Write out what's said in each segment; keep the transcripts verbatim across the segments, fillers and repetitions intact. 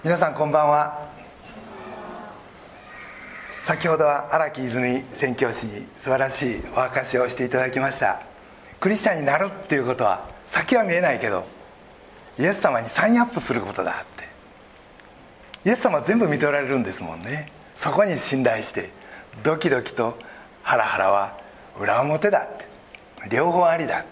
皆さんこんばんは。先ほどは荒木泉宣教師に素晴らしいお証しをしていただきました。クリスチャンになるっていうことは先は見えないけどイエス様にサインアップすることだって。イエス様は全部見ておられるんですもんね。そこに信頼してドキドキとハラハラは裏表だって、両方ありだって。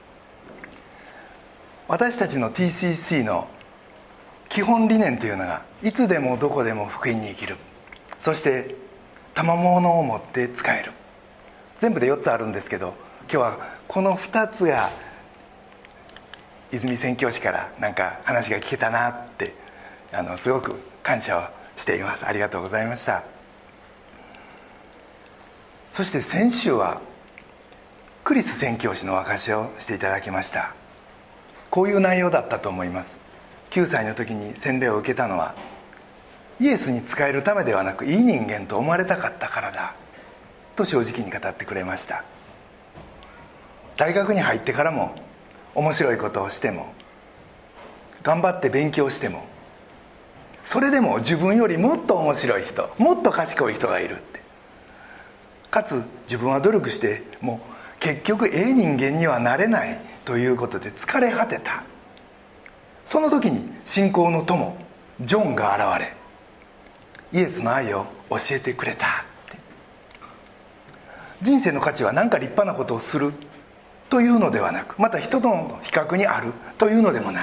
私たちの ティーシーシー の基本理念というのが、いつでもどこでも福音に生きる、そして賜物を持って使える、全部でよっつあるんですけど、今日はこのふたつが泉宣教師からなんか話が聞けたなって、あのすごく感謝をしています。ありがとうございました。そして先週はクリス宣教師のお証しをしていただきました。こういう内容だったと思います。きゅうさいの時に洗礼を受けたのはイエスに仕えるためではなく、いい人間と思われたかったからだと正直に語ってくれました。大学に入ってからも面白いことをしても頑張って勉強しても、それでも自分よりもっと面白い人、もっと賢い人がいるって、かつ自分は努力しても結局ええ人間にはなれないということで疲れ果てた。その時に信仰の友ジョンが現れ、イエスの愛を教えてくれたって。人生の価値は何か立派なことをするというのではなく、また人との比較にあるというのでもない。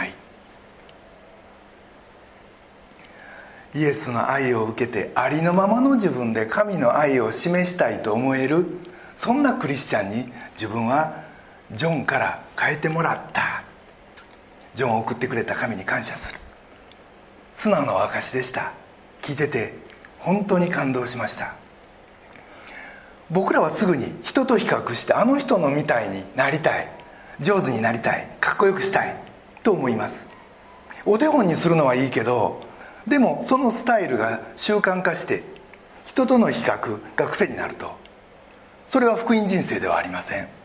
イエスの愛を受けてありのままの自分で神の愛を示したいと思える、そんなクリスチャンに自分はジョンから変えてもらった。ジョンを送ってくれた神に感謝する。素直なお証でした。聞いてて本当に感動しました。僕らはすぐに人と比較して、あの人のみたいになりたい、上手になりたい、かっこよくしたいと思います。お手本にするのはいいけど、でもそのスタイルが習慣化して人との比較が癖になると、それは福音人生ではありません。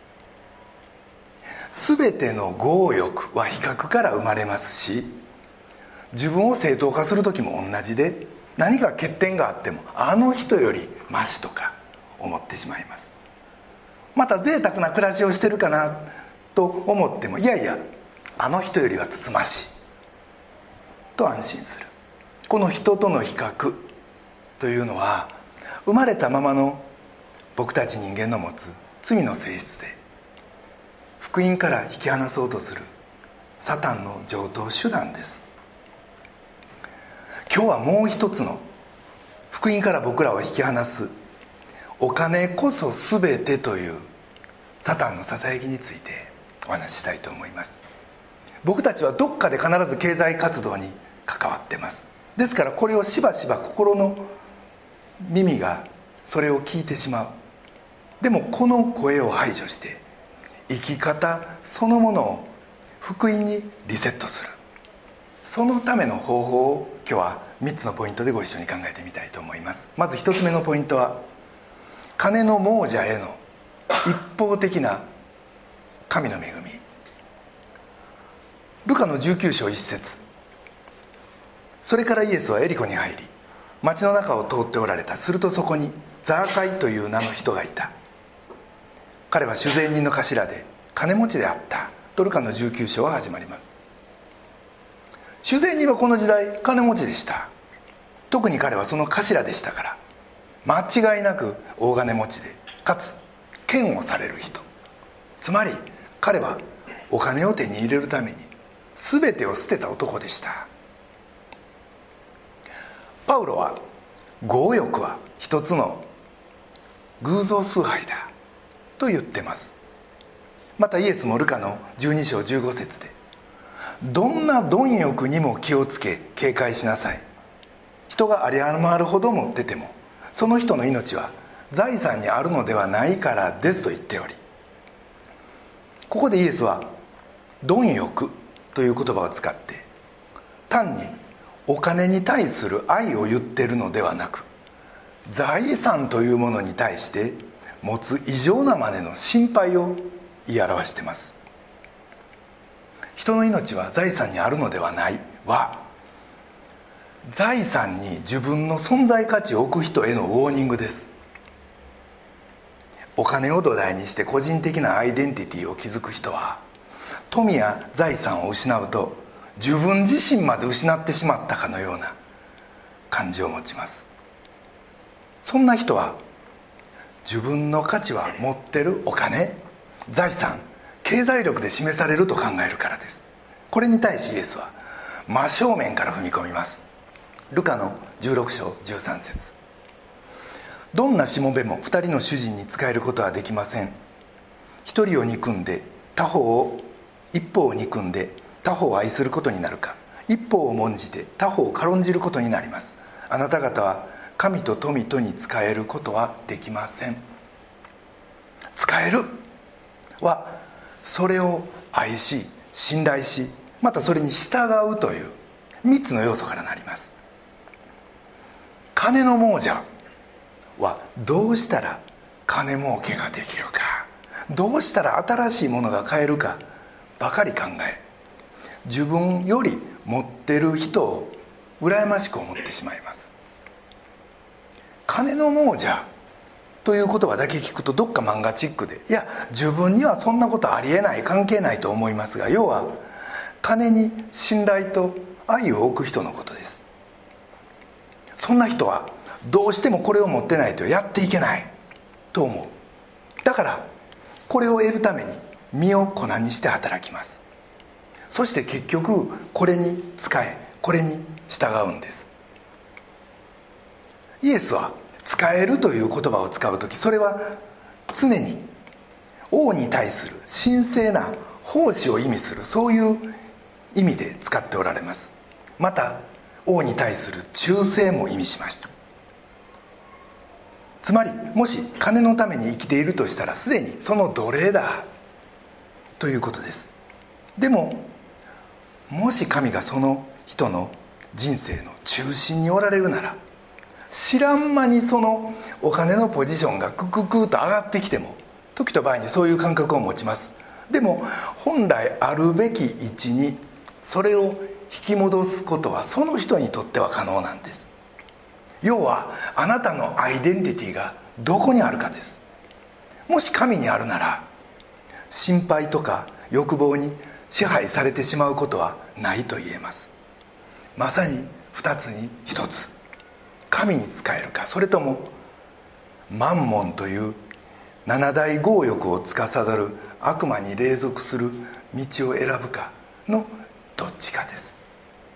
全ての強欲は比較から生まれますし、自分を正当化する時も同じで、何か欠点があってもあの人よりマシとか思ってしまいます。また贅沢な暮らしをしてるかなと思っても、いやいやあの人よりはつつましいと安心する。この人との比較というのは、生まれたままの僕たち人間の持つ罪の性質で、福音から引き離そうとするサタンの常套手段です。今日はもう一つの福音から僕らを引き離す、お金こそ全てというサタンのささやきについてお話ししたいと思います。僕たちはどっかで必ず経済活動に関わってます。ですからこれをしばしば心の耳がそれを聞いてしまう。でもこの声を排除して生き方そのものを福音にリセットする、そのための方法を今日はみっつのポイントでご一緒に考えてみたいと思います。まずひとつめのポイントは、金の亡者への一方的な神の恵み。ルカのじゅうきゅうしょういっせつ、それからイエスはエリコに入り町の中を通っておられた。するとそこにザーカイという名の人がいた。彼は主税人の頭で金持ちであったとルカのじゅうきゅうしょうは始まります。主税人はこの時代金持ちでした。特に彼はその頭でしたから、間違いなく大金持ちで、かつ嫌悪される人。つまり彼はお金を手に入れるために全てを捨てた男でした。パウロは強欲は一つの偶像崇拝だと言ってます。またイエスもルカのじゅうにしょうじゅうごせつで、どんな貪欲にも気をつけ警戒しなさい。人が有り余るほど持っててもその人の命は財産にあるのではないからですと言っており、ここでイエスは貪欲という言葉を使って単にお金に対する愛を言っているのではなく、財産というものに対して持つ異常なまでの心配を言い表しています。人の命は財産にあるのではないは、 財産に自分の存在価値を置く人へのウォーニングです。お金を土台にして個人的なアイデンティティを築く人は、富や財産を失うと自分自身まで失ってしまったかのような感じを持ちます。そんな人は自分の価値は持ってるお金、財産、経済力で示されると考えるからです。これに対しイエスは真正面から踏み込みます。ルカのじゅうろく章じゅうさん節、どんなしもべも二人の主人に仕えることはできません。一人を憎んで他方を一方を憎んで他方を愛することになるか、一方を重んじて他方を軽んじることになります。あなた方は神と富とに仕えることはできません。仕えるはそれを愛し信頼し、またそれに従うというみっつの要素からなります。金の亡者はどうしたら金儲けができるか、どうしたら新しいものが買えるかばかり考え、自分より持ってる人を羨ましく思ってしまいます。金の亡者という言葉だけ聞くとどっか漫画チックで、いや自分にはそんなことありえない、関係ないと思いますが、要は金に信頼と愛を置く人のことです。そんな人はどうしてもこれを持ってないとやっていけないと思う。だからこれを得るために身を粉にして働きます。そして結局これに仕え、これに従うんです。イエスは使えるという言葉を使うとき、それは常に王に対する神聖な奉仕を意味する、そういう意味で使っておられます。また王に対する忠誠も意味しました。つまりもし金のために生きているとしたら、すでにその奴隷だということです。でももし神がその人の人生の中心におられるなら、知らん間にそのお金のポジションがクククと上がってきても、時と場合にそういう感覚を持ちます。でも本来あるべき位置にそれを引き戻すことはその人にとっては可能なんです。要はあなたのアイデンティティがどこにあるかです。もし神にあるなら、心配とか欲望に支配されてしまうことはないと言えます。まさに二つに一つ、神に仕えるか、それともマンモンという七大強欲を司る悪魔に隷属する道を選ぶかのどっちかです。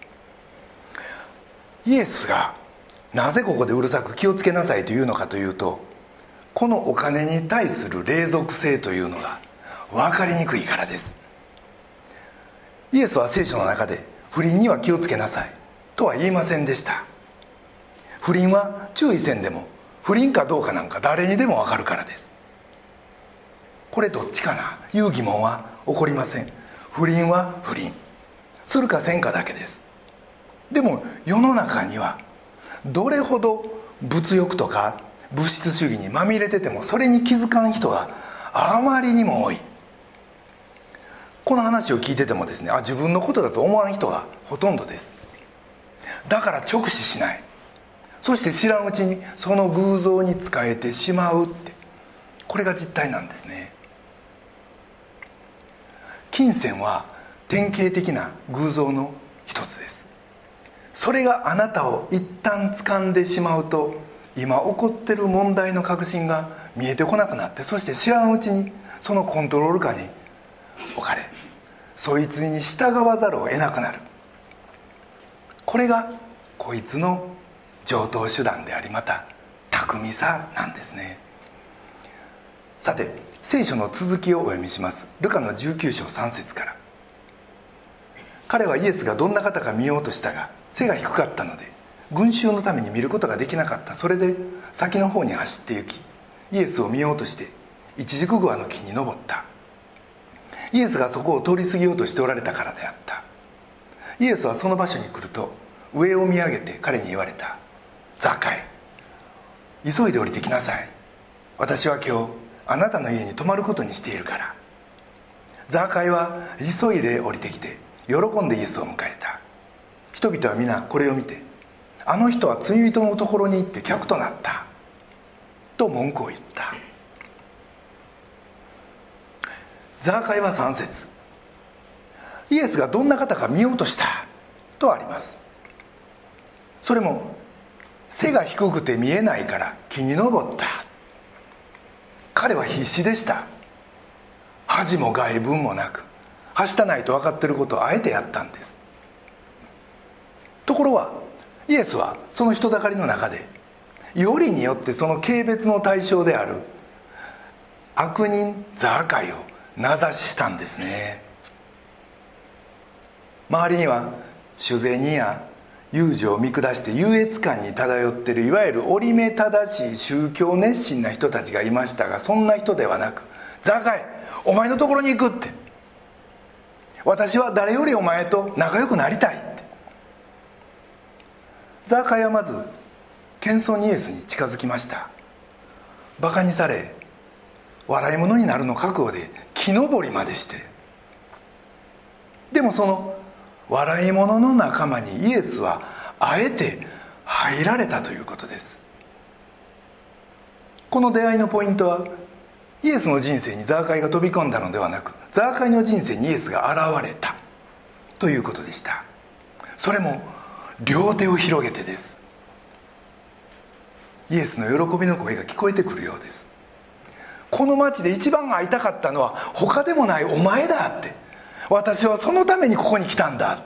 イエスがなぜここでうるさく気をつけなさいというのかというと、このお金に対する隷属性というのが分かりにくいからです。イエスは聖書の中で不倫には気をつけなさいとは言いませんでした。不倫は注意せんでも不倫かどうかなんか誰にでも分かるからです。これどっちかないう疑問は起こりません。不倫は不倫するかせんかだけです。でも世の中にはどれほど物欲とか物質主義にまみれててもそれに気づかん人があまりにも多い。この話を聞いててもですね、あ、自分のことだと思わん人がほとんどです。だから直視しない、そして知らんうちにその偶像に仕えてしまうって、これが実態なんですね。金銭は典型的な偶像の一つです。それがあなたを一旦掴んでしまうと、今起こってる問題の核心が見えてこなくなって、そして知らんうちにそのコントロール下に置かれ、そいつに従わざるを得なくなる。これがこいつの常套手段であり、また巧みさなんですね。さて聖書の続きをお読みします。ルカのじゅうきゅう章さん節から。彼はイエスがどんな方か見ようとしたが背が低かったので群衆のために見ることができなかった。それで先の方に走って行き、イエスを見ようとしてイチジクグアの木に登った。イエスがそこを通り過ぎようとしておられたからであった。イエスはその場所に来ると上を見上げて彼に言われた。ザーカイ、急いで降りてきなさい。私は今日あなたの家に泊まることにしているから。ザーカイは急いで降りてきて喜んでイエスを迎えた。人々は皆これを見てあの人は罪人のところに行って客となったと文句を言った。ザーカイはさん節、イエスがどんな方か見ようとしたとあります。それも背が低くて見えないから木に登った。彼は必死でした。恥も外聞もなく、はしたないと分かっていることをあえてやったんです。ところはイエスはその人だかりの中でよりによってその軽蔑の対象である悪人ザーカイを名指ししたんですね。周りには主銭や遊女を見下して優越感に漂っているいわゆる折り目正しい宗教熱心な人たちがいましたが、そんな人ではなく、ザーカイお前のところに行くって、私は誰よりお前と仲良くなりたいって。ザーカイはまず謙遜にイエスに近づきました。バカにされ笑い物になるの覚悟で木登りまでして、でもその笑い物の仲間にイエスはあえて入られたということです。この出会いのポイントは、イエスの人生にザーカイが飛び込んだのではなく、ザーカイの人生にイエスが現れたということでした。それも両手を広げてです。イエスの喜びの声が聞こえてくるようです。この町で一番会いたかったのは他でもないお前だって、私はそのためにここに来たんだって。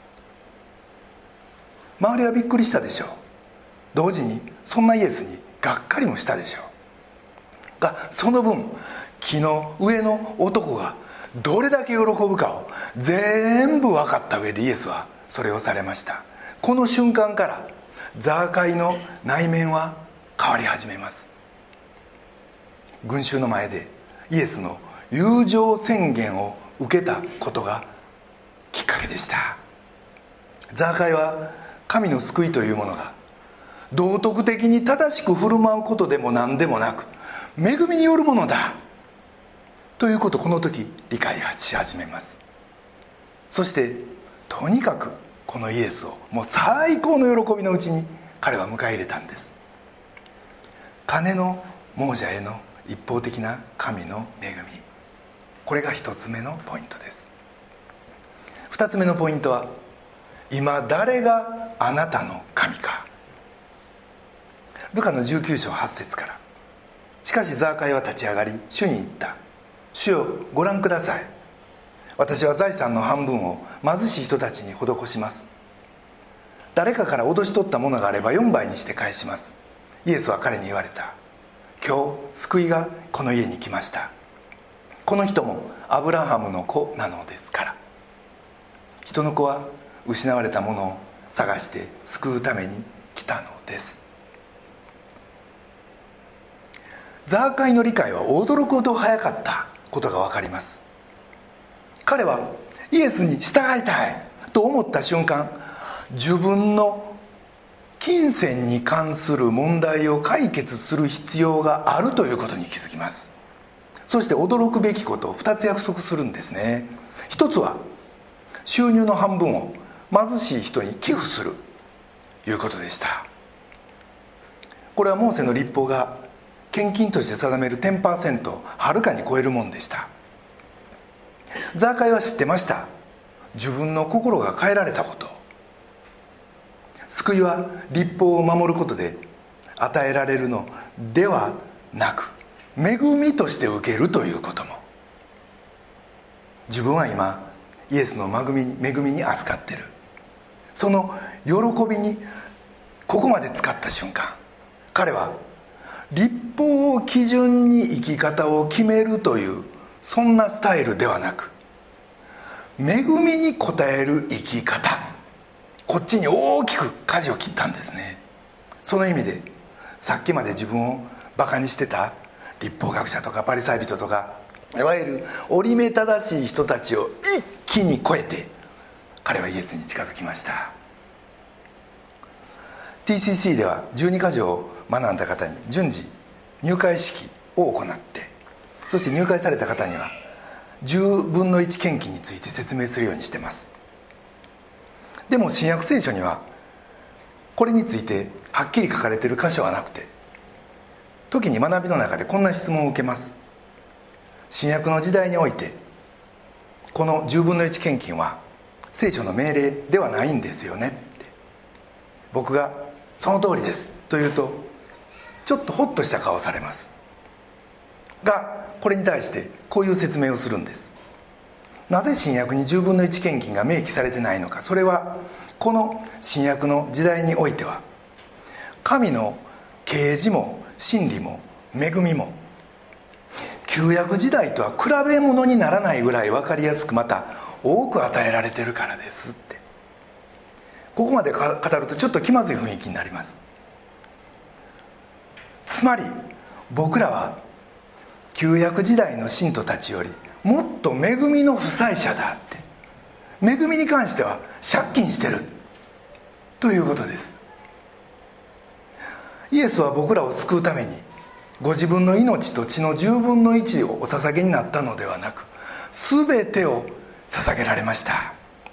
周りはびっくりしたでしょう。同時にそんなイエスにがっかりもしたでしょうが、その分木の上の男がどれだけ喜ぶかを全部分かった上でイエスはそれをされました。この瞬間からザーカイの内面は変わり始めます。群衆の前でイエスの友情宣言を受けたことがきっかけでした。ザーカイは神の救いというものが道徳的に正しく振る舞うことでも何でもなく、恵みによるものだということをこの時理解し始めます。そしてとにかくこのイエスをもう最高の喜びのうちに彼は迎え入れたんです。金の亡者への一方的な神の恵み、これが一つ目のポイントです。二つ目のポイントは、今誰があなたの神か。ルカのじゅうきゅう章はち節から、しかしザーカイは立ち上がり主に言った。主よ、ご覧ください。私は財産の半分を貧しい人たちに施します。誰かから脅し取ったものがあればよんばいにして返します。イエスは彼に言われた。今日救いがこの家に来ました。この人もアブラハムの子なのですから。人の子は失われたものを探して救うために来たのです。ザーカイの理解は驚くほど早かったことが分かります。彼はイエスに従いたいと思った瞬間、自分の金銭に関する問題を解決する必要があるということに気づきます。そして驚くべきことをふたつ約束するんですね。一つは収入の半分を貧しい人に寄付するということでした。これはモーセの律法が献金として定める じゅっパーセント をはるかに超えるものでした。ザーカイは知ってました。自分の心が変えられたこと。救いは律法を守ることで与えられるのではなく、恵みとして受けるということも。自分は今イエスの恵みに恵みに預かってる、その喜びにここまで使った瞬間、彼は律法を基準に生き方を決めるというそんなスタイルではなく、恵みに応える生き方、こっちに大きく舵を切ったんですね。その意味でさっきまで自分をバカにしてた律法学者とかパリサイ人とか、いわゆる折り目正しい人たちを一気に超えて彼はイエスに近づきました。 ティーシーシー ではじゅうにか条を学んだ方に順次入会式を行って、そして入会された方にはじゅうぶんのいち献金について説明するようにしてます。でも新約聖書にはこれについてはっきり書かれている箇所はなくて、時に学びの中でこんな質問を受けます。新約の時代においてこのじゅうぶんのいち献金は聖書の命令ではないんですよねって、僕がその通りですと言うとちょっとホッとした顔をされますが、これに対してこういう説明をするんです。なぜ新約にじゅうぶんのいち献金が明記されてないのか。それはこの新約の時代においては神の啓示も真理も恵みも旧約時代とは比べ物にならないぐらい分かりやすく、また多く与えられてるからですって。ここまで語るとちょっと気まずい雰囲気になります。つまり僕らは旧約時代の信徒たちよりもっと恵みの負債者だって、恵みに関しては借金してるということです。イエスは僕らを救うためにご自分の命と血のじゅうぶんのいちをお捧げになったのではなく、全てを捧げられました。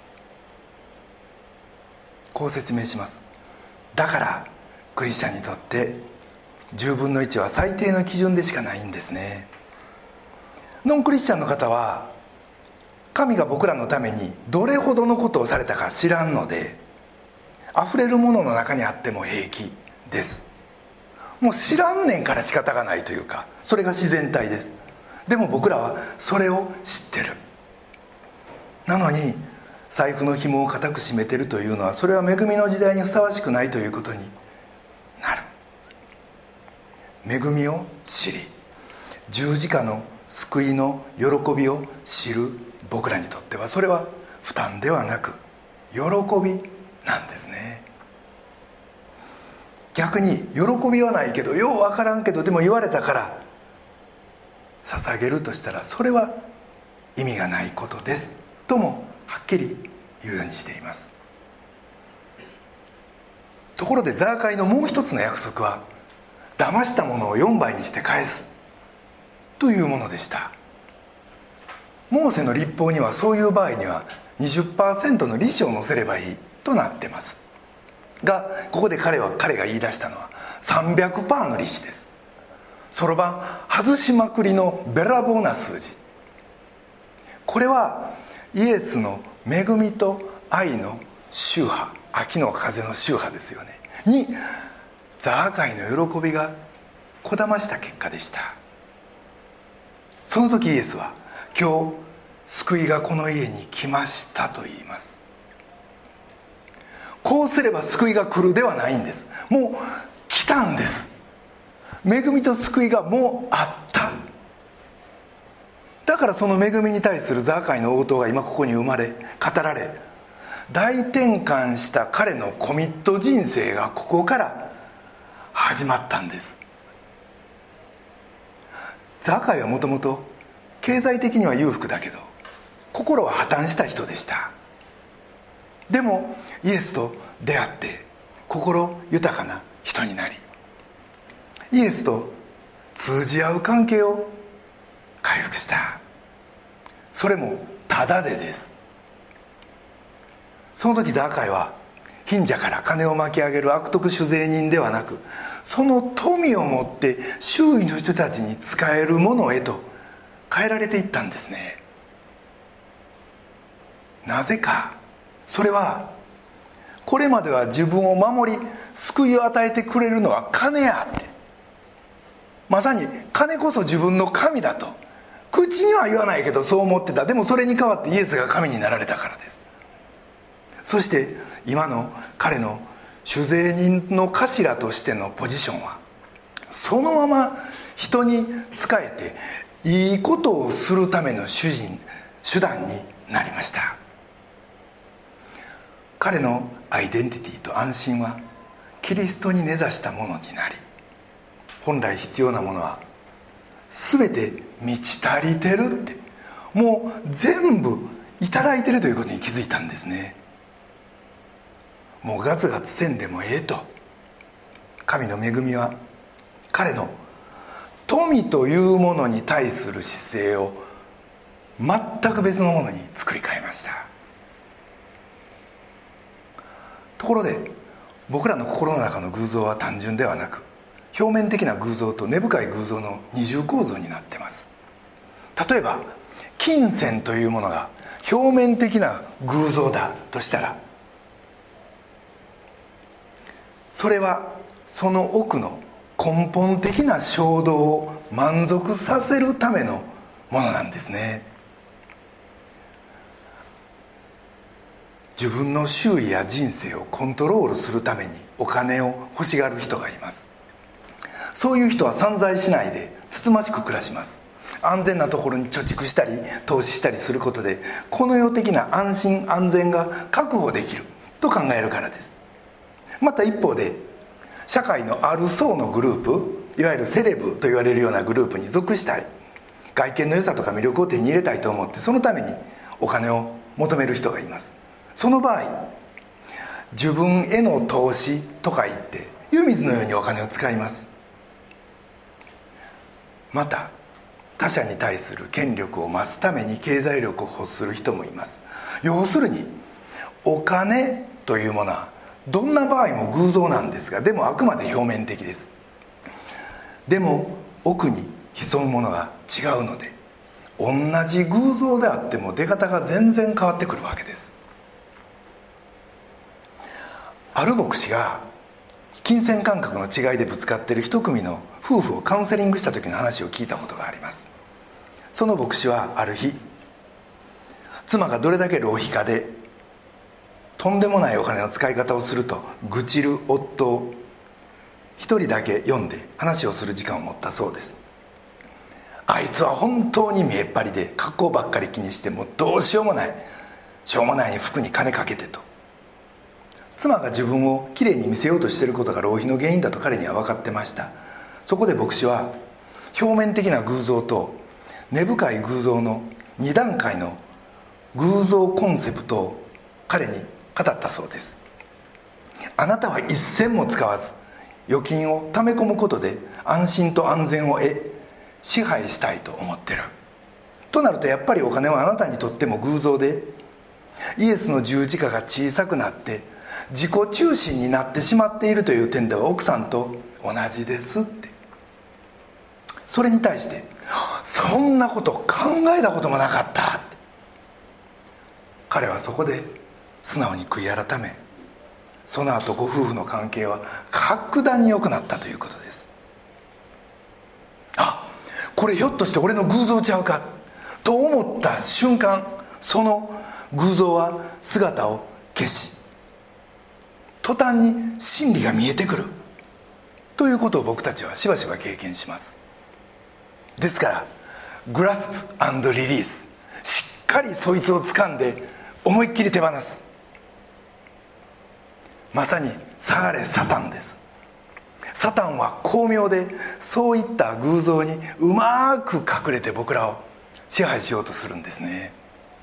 こう説明します。だからクリスチャンにとってじゅうぶんのいちは最低の基準でしかないんですね。ノンクリスチャンの方は神が僕らのためにどれほどのことをされたか知らんので、溢れるものの中にあっても平気です。もう知らんねんから仕方がないというか、それが自然体です。でも僕らはそれを知ってる。なのに財布の紐を固く締めてるというのは、それは恵みの時代にふさわしくないということになる。恵みを知り、十字架の救いの喜びを知る僕らにとっては、それは負担ではなく喜びなんですね。逆に喜びはないけど、よう分からんけどでも言われたから捧げるとしたら、それは意味がないことですともはっきり言うようにしています。ところでザーカイのもう一つの約束は、騙したものをよんばいにして返すというものでした。モーセの律法にはそういう場合には にじゅっパーセント の利子を乗せればいいとなってますが、ここで彼は彼が言い出したのは さんびゃくパーセント の利子です。そろばん外しまくりのべらぼうな数字。これはイエスの恵みと愛の宗派、秋の風の宗派ですよねにザーカイの喜びがこだました結果でした。その時イエスは、今日救いがこの家に来ましたと言います。こうすれば救いが来るではないんです。もう来たんです。恵みと救いがもうあった。だからその恵みに対するザーカイの応答が今ここに生まれ語られ、大転換した彼のコミット人生がここから始まったんです。ザーカイはもともと経済的には裕福だけど心は破綻した人でした。でもイエスと出会って心豊かな人になり、イエスと通じ合う関係を回復した。それもタダでです。その時ザーカイは貧者から金を巻き上げる悪徳酒税人ではなく、その富を持って周囲の人たちに使えるものへと変えられていったんですね。なぜか。それはこれまでは自分を守り救いを与えてくれるのは金やって、まさに金こそ自分の神だと口には言わないけどそう思ってた。でもそれに代わってイエスが神になられたからです。そして今の彼の酒税人の頭としてのポジションは、そのまま人に仕えていいことをするための主人手段になりました。彼のアイデンティティと安心はキリストに根ざしたものになり、本来必要なものは全て満ち足りてるって、もう全部いただいてるということに気づいたんですね。もうガツガツせんでもええと。神の恵みは彼の富というものに対する姿勢を全く別のものに作り変えました。ところで僕らの心の中の偶像は単純ではなく、表面的な偶像と根深い偶像の二重構造になっています。例えば金銭というものが表面的な偶像だとしたら、それはその奥の根本的な衝動を満足させるためのものなんですね。自分の周囲や人生をコントロールするためにお金を欲しがる人がいます。そういう人は散財しないでつつましく暮らします。安全なところに貯蓄したり投資したりすることで、この世的な安心安全が確保できると考えるからです。また一方で、社会のある層のグループ、いわゆるセレブと言われるようなグループに属したい、外見の良さとか魅力を手に入れたいと思って、そのためにお金を求める人がいます。その場合、自分への投資とか言って湯水のようにお金を使います。また他者に対する権力を増すために経済力を欲する人もいます。要するにお金というものはどんな場合も偶像なんですが、でもあくまで表面的です。でも奥に潜むものが違うので、同じ偶像であっても出方が全然変わってくるわけです。ある牧師が金銭感覚の違いでぶつかっている一組の夫婦をカウンセリングした時の話を聞いたことがあります。その牧師はある日、妻がどれだけ浪費家でとんでもないお金の使い方をすると愚痴る夫を一人だけ読んで話をする時間を持ったそうです。あいつは本当に見えっ張りで格好ばっかり気にして、もうどうしようもないしょうもない服に金かけてと。妻が自分をきれいに見せようとしていることが浪費の原因だと彼には分かってました。そこで牧師は表面的な偶像と根深い偶像のに段階の偶像コンセプトを彼に語ったそうです。あなたは一銭も使わず預金を貯め込むことで安心と安全を得、支配したいと思ってるとなると、やっぱりお金はあなたにとっても偶像で、イエスの十字架が小さくなって自己中心になってしまっているという点では奥さんと同じですって。それに対してそんなこと考えたこともなかったって、彼はそこで素直に悔い改め、その後ご夫婦の関係は格段に良くなったということです。あ、これひょっとして俺の偶像ちゃうかと思った瞬間、その偶像は姿を消し、途端に真理が見えてくるということを僕たちはしばしば経験します。ですからグラスプ&リリース、しっかりそいつを掴んで思いっきり手放す、まさに下がれサタンです。サタンは巧妙でそういった偶像にうまく隠れて僕らを支配しようとするんですね。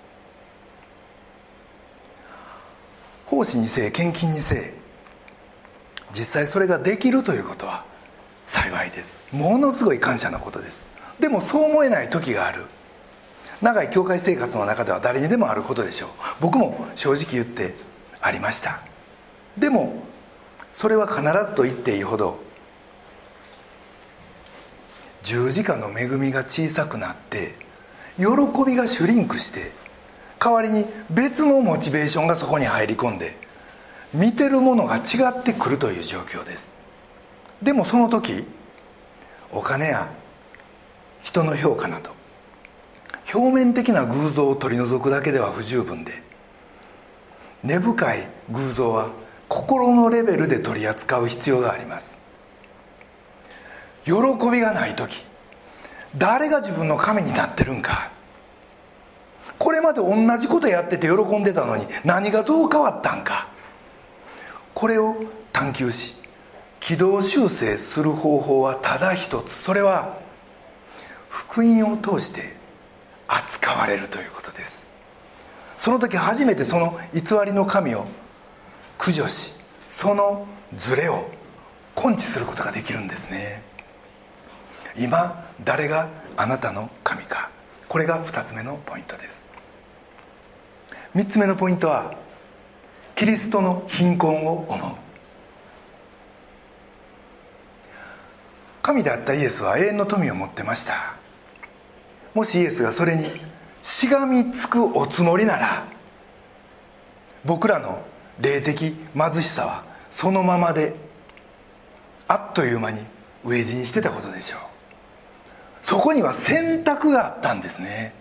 奉仕にせえ献金にせえ、実際それができるということは幸いです。ものすごい感謝なことです。でもそう思えない時がある。長い教会生活の中では誰にでもあることでしょう。僕も正直言ってありました。でもそれは必ずと言っていいほど十字架の恵みが小さくなって喜びがシュリンクして、代わりに別のモチベーションがそこに入り込んで、見てるものが違ってくるという状況です。でもその時、お金や人の評価など表面的な偶像を取り除くだけでは不十分で、根深い偶像は心のレベルで取り扱う必要があります。喜びがない時、誰が自分の神になってるんか、これまで同じことやってて喜んでたのに何がどう変わったんか、これを探求し軌道修正する方法はただ一つ、それは福音を通して扱われるということです。その時初めてその偽りの神を駆除し、そのズレを根治することができるんですね。今誰があなたの神か、これがふたつめのポイントです。みっつめのポイントはキリストの貧困を思う。 神であったイエスは永遠の富を持ってました。もしイエスがそれにしがみつくおつもりなら、僕らの霊的貧しさはそのままであっという間に飢え死にしてたことでしょう。そこには選択があったんですね。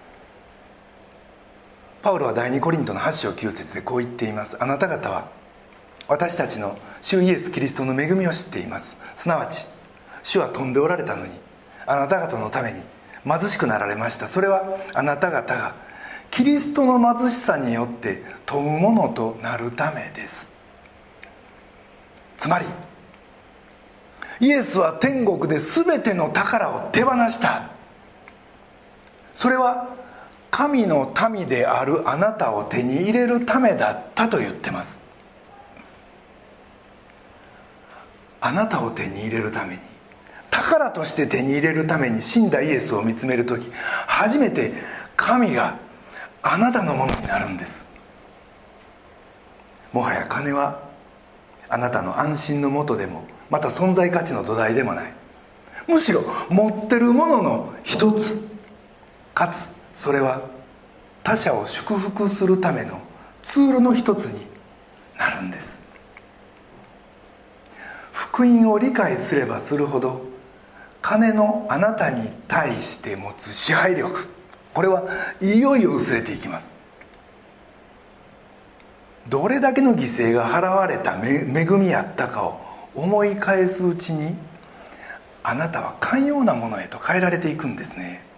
パウロは第二コリントのはち章きゅう節でこう言っています。あなた方は私たちの主イエスキリストの恵みを知っています。すなわち主は飛んでおられたのにあなた方のために貧しくなられました。それはあなた方がキリストの貧しさによって富むものとなるためです。つまりイエスは天国で全ての宝を手放した。それは神の民であるあなたを手に入れるためだったと言ってます。あなたを手に入れるために、宝として手に入れるために死んだイエスを見つめるとき、初めて神があなたのものになるんです。もはや金はあなたの安心のもとでも、また存在価値の土台でもない。むしろ持ってるものの一つ、かつそれは他者を祝福するためのツールの一つになるんです。福音を理解すればするほど、金のあなたに対して持つ支配力、これはいよいよ薄れていきます。どれだけの犠牲が払われた恵みやったかを思い返すうちに、あなたは寛容なものへと変えられていくんですね。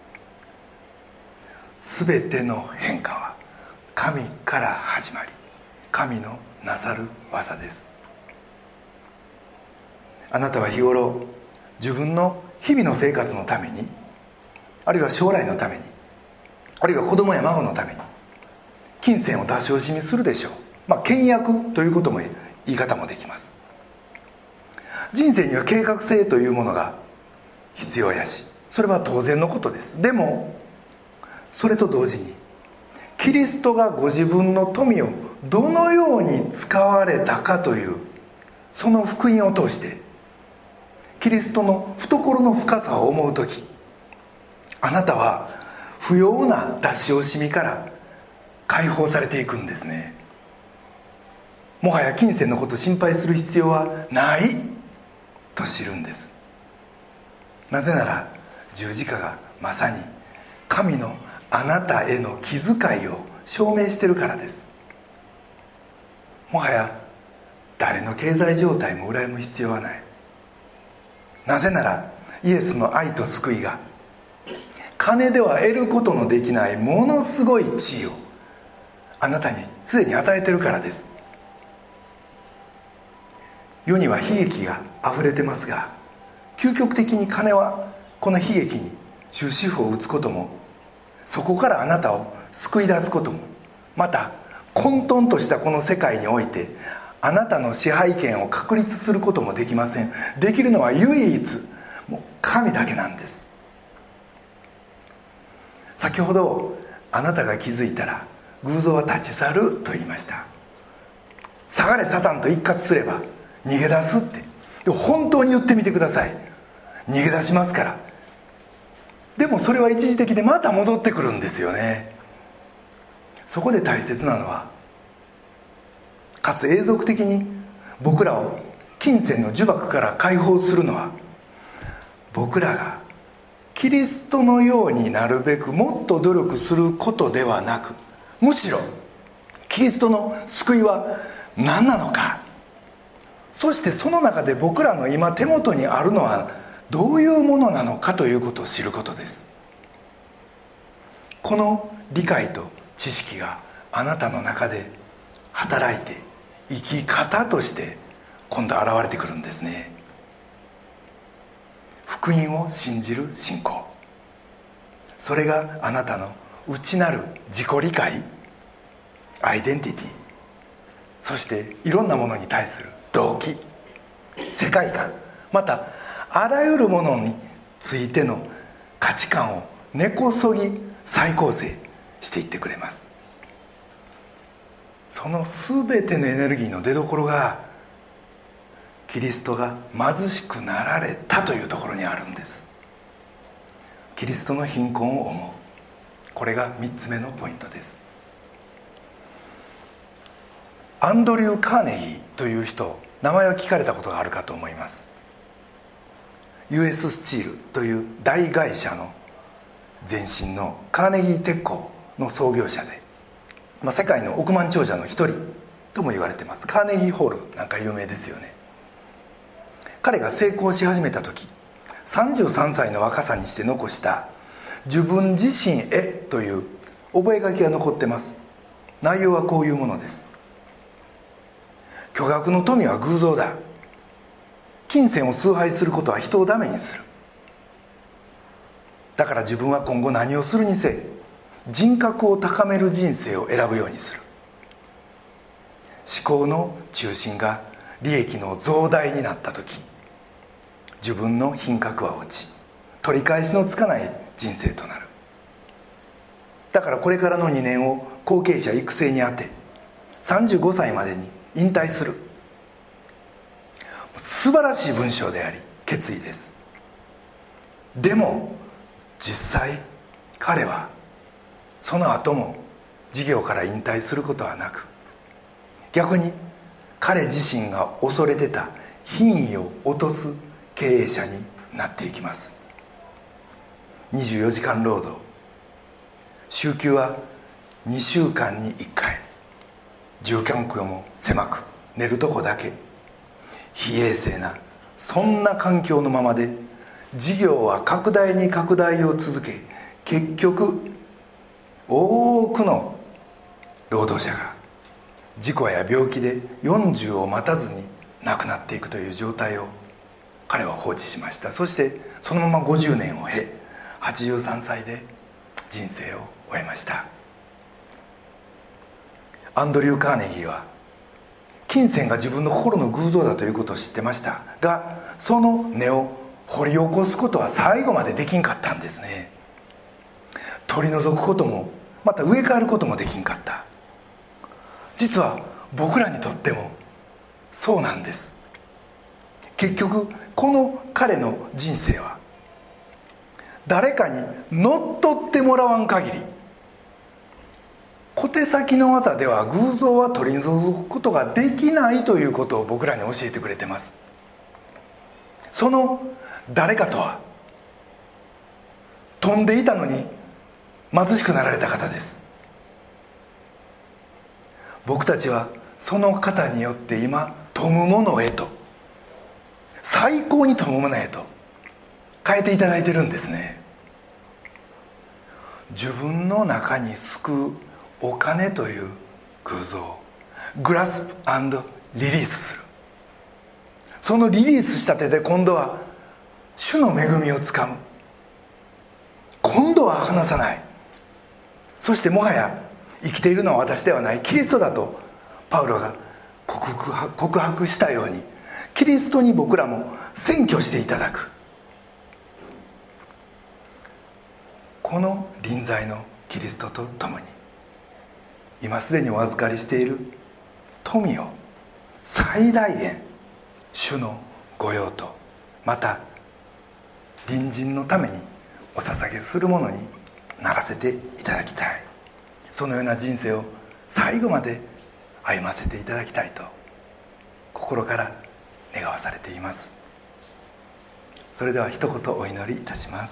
すべての変化は神から始まり、神のなさる技です。あなたは日頃自分の日々の生活のために、あるいは将来のために、あるいは子供や孫のために金銭を出し惜しみするでしょう。まあ倹約ということも言い方もできます。人生には計画性というものが必要やし、それは当然のことです。でもそれと同時に、キリストがご自分の富をどのように使われたかというその福音を通して、キリストの懐の深さを思うとき、あなたは不要な出し惜しみから解放されていくんですね。もはや金銭のことを心配する必要はないと知るんです。なぜなら十字架がまさに神のあなたへの気遣いを証明しているからです。もはや誰の経済状態も羨む必要はない。なぜならイエスの愛と救いが金では得ることのできないものすごい地位をあなたにすでに与えているからです。世には悲劇があふれてますが、究極的に金はこの悲劇に終止符を打つことも、そこからあなたを救い出すことも、また混沌としたこの世界においてあなたの支配権を確立することもできません。できるのは唯一もう神だけなんです。先ほどあなたが気づいたら偶像は立ち去ると言いました。下がれサタンと一括すれば逃げ出すって。で本当に言ってみてください。逃げ出しますから。でもそれは一時的でまた戻ってくるんですよね。そこで大切なのは、かつ永続的に僕らを金銭の呪縛から解放するのは、僕らがキリストのようになるべくもっと努力することではなく、むしろキリストの救いは何なのか、そしてその中で僕らの今手元にあるのはどういうものなのかということを知ることです。この理解と知識があなたの中で働いて生き方として今度現れてくるんですね。福音を信じる信仰、それがあなたの内なる自己理解、アイデンティティ、そしていろんなものに対する動機、世界観、またあらゆるものについての価値観を根こそぎ再構成していってくれます。その全てのエネルギーの出どころがキリストが貧しくなられたというところにあるんです。キリストの貧困を思う、これがみっつめのポイントです。アンドリュー・カーネギーという人、名前を聞かれたことがあるかと思います。 ユーエス スチールという大会社の前身のカーネギー鉄工の創業者で、まあ、世界の億万長者の一人とも言われています。カーネギーホールなんか有名ですよね。彼が成功し始めた時、さんじゅうさんさいの若さにして残した自分自身へという覚書が残ってます。内容はこういうものです。巨額の富は偶像だ。金銭を崇拝することは人をダメにする。だから自分は今後何をするにせ、人格を高める人生を選ぶようにする。思考の中心が利益の増大になった時、自分の品格は落ち、取り返しのつかない人生となる。だからこれからのにねんを後継者育成に充て、さんじゅうごさいまでに引退する。素晴らしい文章であり決意です。でも実際彼はその後も事業から引退することはなく、逆に彼自身が恐れてた品位を落とす経営者になっていきます。にじゅうよじかん労働、週休はにしゅうかんにいっかい、住環境も狭く、寝るとこだけ、非衛生なそんな環境のままで事業は拡大に拡大を続け、結局多くの労働者が事故や病気でよんじゅうを待たずに亡くなっていくという状態を彼は放置しました。そしてそのままごじゅうねんを経、はちじゅうさんさいで人生を終えました。アンドリュー・カーネギーは金銭が自分の心の偶像だということを知ってましたが、その根を掘り起こすことは最後までできんかったんですね。取り除くこともまた植え替えることもできんかった。実は僕らにとってもそうなんです。結局この彼の人生は誰かに乗っ取ってもらわん限り、小手先の技では偶像は取り除くことができないということを僕らに教えてくれてます。その誰かとは、飛んでいたのに貧しくなられた方です。僕たちはその方によって今富むものへと、最高に富むものへと変えていただいてるんですね。自分の中に救うお金という偶像をグラスプ&リリースする。そのリリースした手で今度は主の恵みをつかむ。今度は離さない。そしてもはや生きているのは私ではないキリストだとパウロが告白、告白したように、キリストに僕らも占拠していただく。この臨在のキリストと共に今すでにお預かりしている富を最大限主の御用と、また隣人のためにお捧げするものにならせていただきたい。そのような人生を最後まで歩ませていただきたいと心から願わされています。それでは一言お祈りいたします。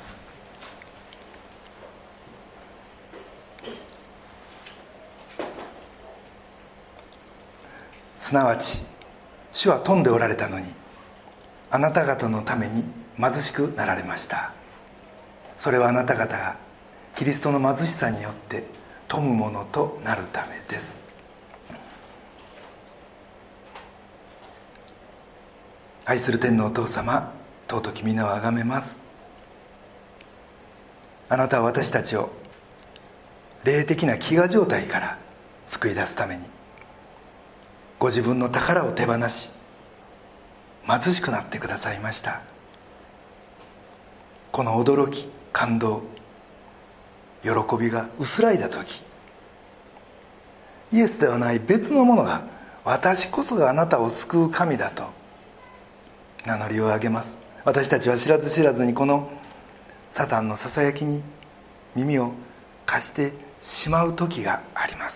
すなわち主は富んでおられたのに、あなた方のために貧しくなられました。それはあなた方がキリストの貧しさによって富むものとなるためです。愛する天のお父様、尊き皆をあがめます。あなたは私たちを霊的な飢餓状態から救い出すために、ご自分の宝を手放し貧しくなってくださいました。この驚き、感動、喜びが薄らいだ時、イエスではない別のものが、私こそがあなたを救う神だと名乗りを上げます。私たちは知らず知らずにこのサタンのささやきに耳を貸してしまう時があります。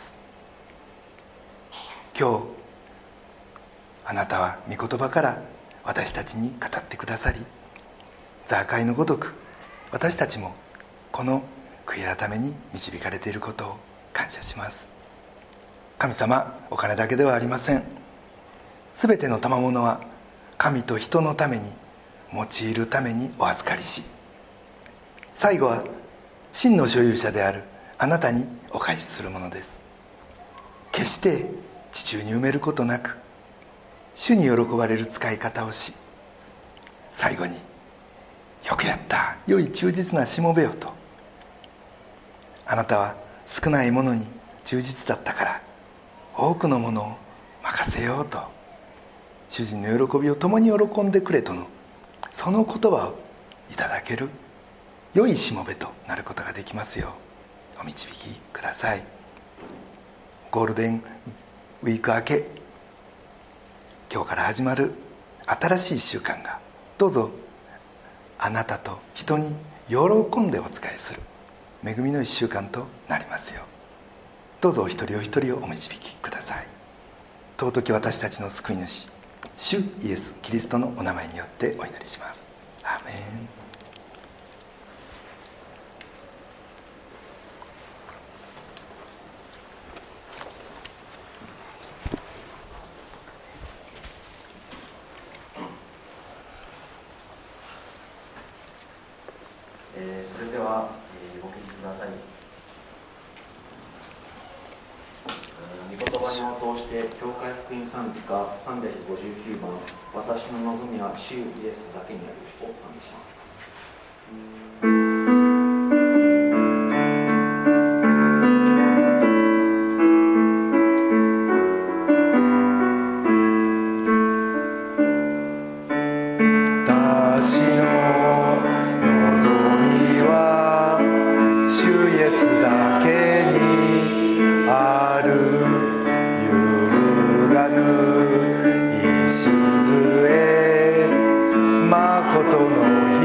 今日あなたは御言葉から私たちに語ってくださり、ザーカイのごとく私たちもこの悔い改めに導かれていることを感謝します。神様、お金だけではありません。すべての賜物は神と人のために用いるためにお預かりし、最後は真の所有者であるあなたにお返しするものです。決して地中に埋めることなく、主に喜ばれる使い方をし、最後によくやった、良い忠実なしもべよと、あなたは少ないものに忠実だったから多くのものを任せようと、主人の喜びを共に喜んでくれとのその言葉をいただける良いしもべとなることができますようお導きください。ゴールデンウィーク明け、今日から始まる新しい習慣がどうぞあなたと人に喜んでお仕えする恵みの一週間となりますよう、どうぞお一人お一人をお導きください。尊き私たちの救い主、主イエス・キリストのお名前によってお祈りします。アーメン。 えー、それでは、えー、ご起立ください。御言葉に応答して教会福音賛美歌さんびゃくごじゅうきゅうばん「私の望みは主イエスだけにある」を賛美します。 私の望みは主イエスだけにある。揺るがぬ礎、まことの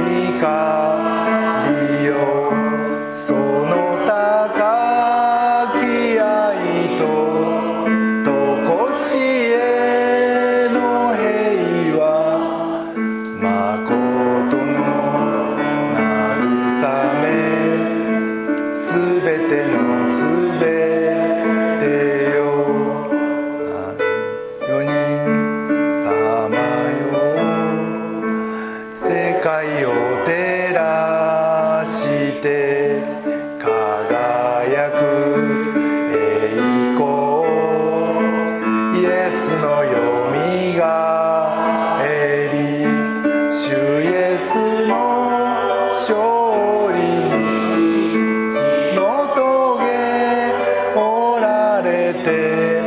光よ、その高き愛ととこしえの平和、まことの慰め、すべてのすべてよ、世にさまよ世界を照らして輝く栄光、イエスのよみがえり、主イエスの勝利にのとげおられて、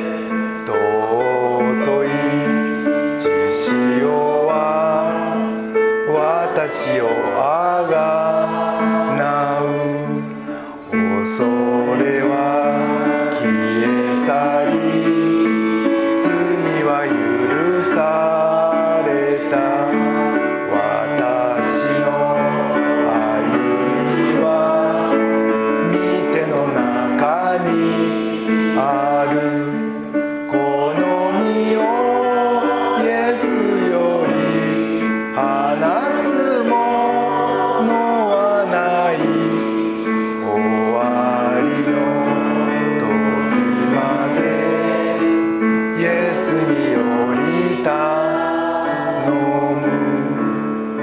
尊い血潮は私をあがなう。恐れは消え去り、罪は許された。私の歩みは御手の中にある。この身をイエスより離すものはない。終わりの時までイエスにより頼む。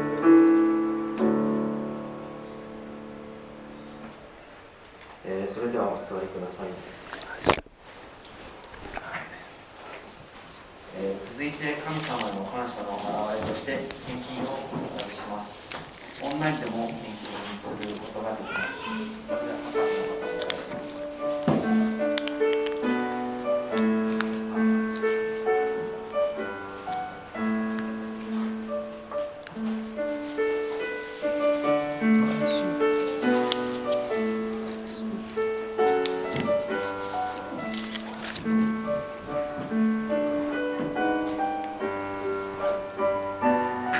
えー、それではお座りください。えー、続いて神様への感謝の表れとして献金をお捧げします。オンラインでも献金をすることができます。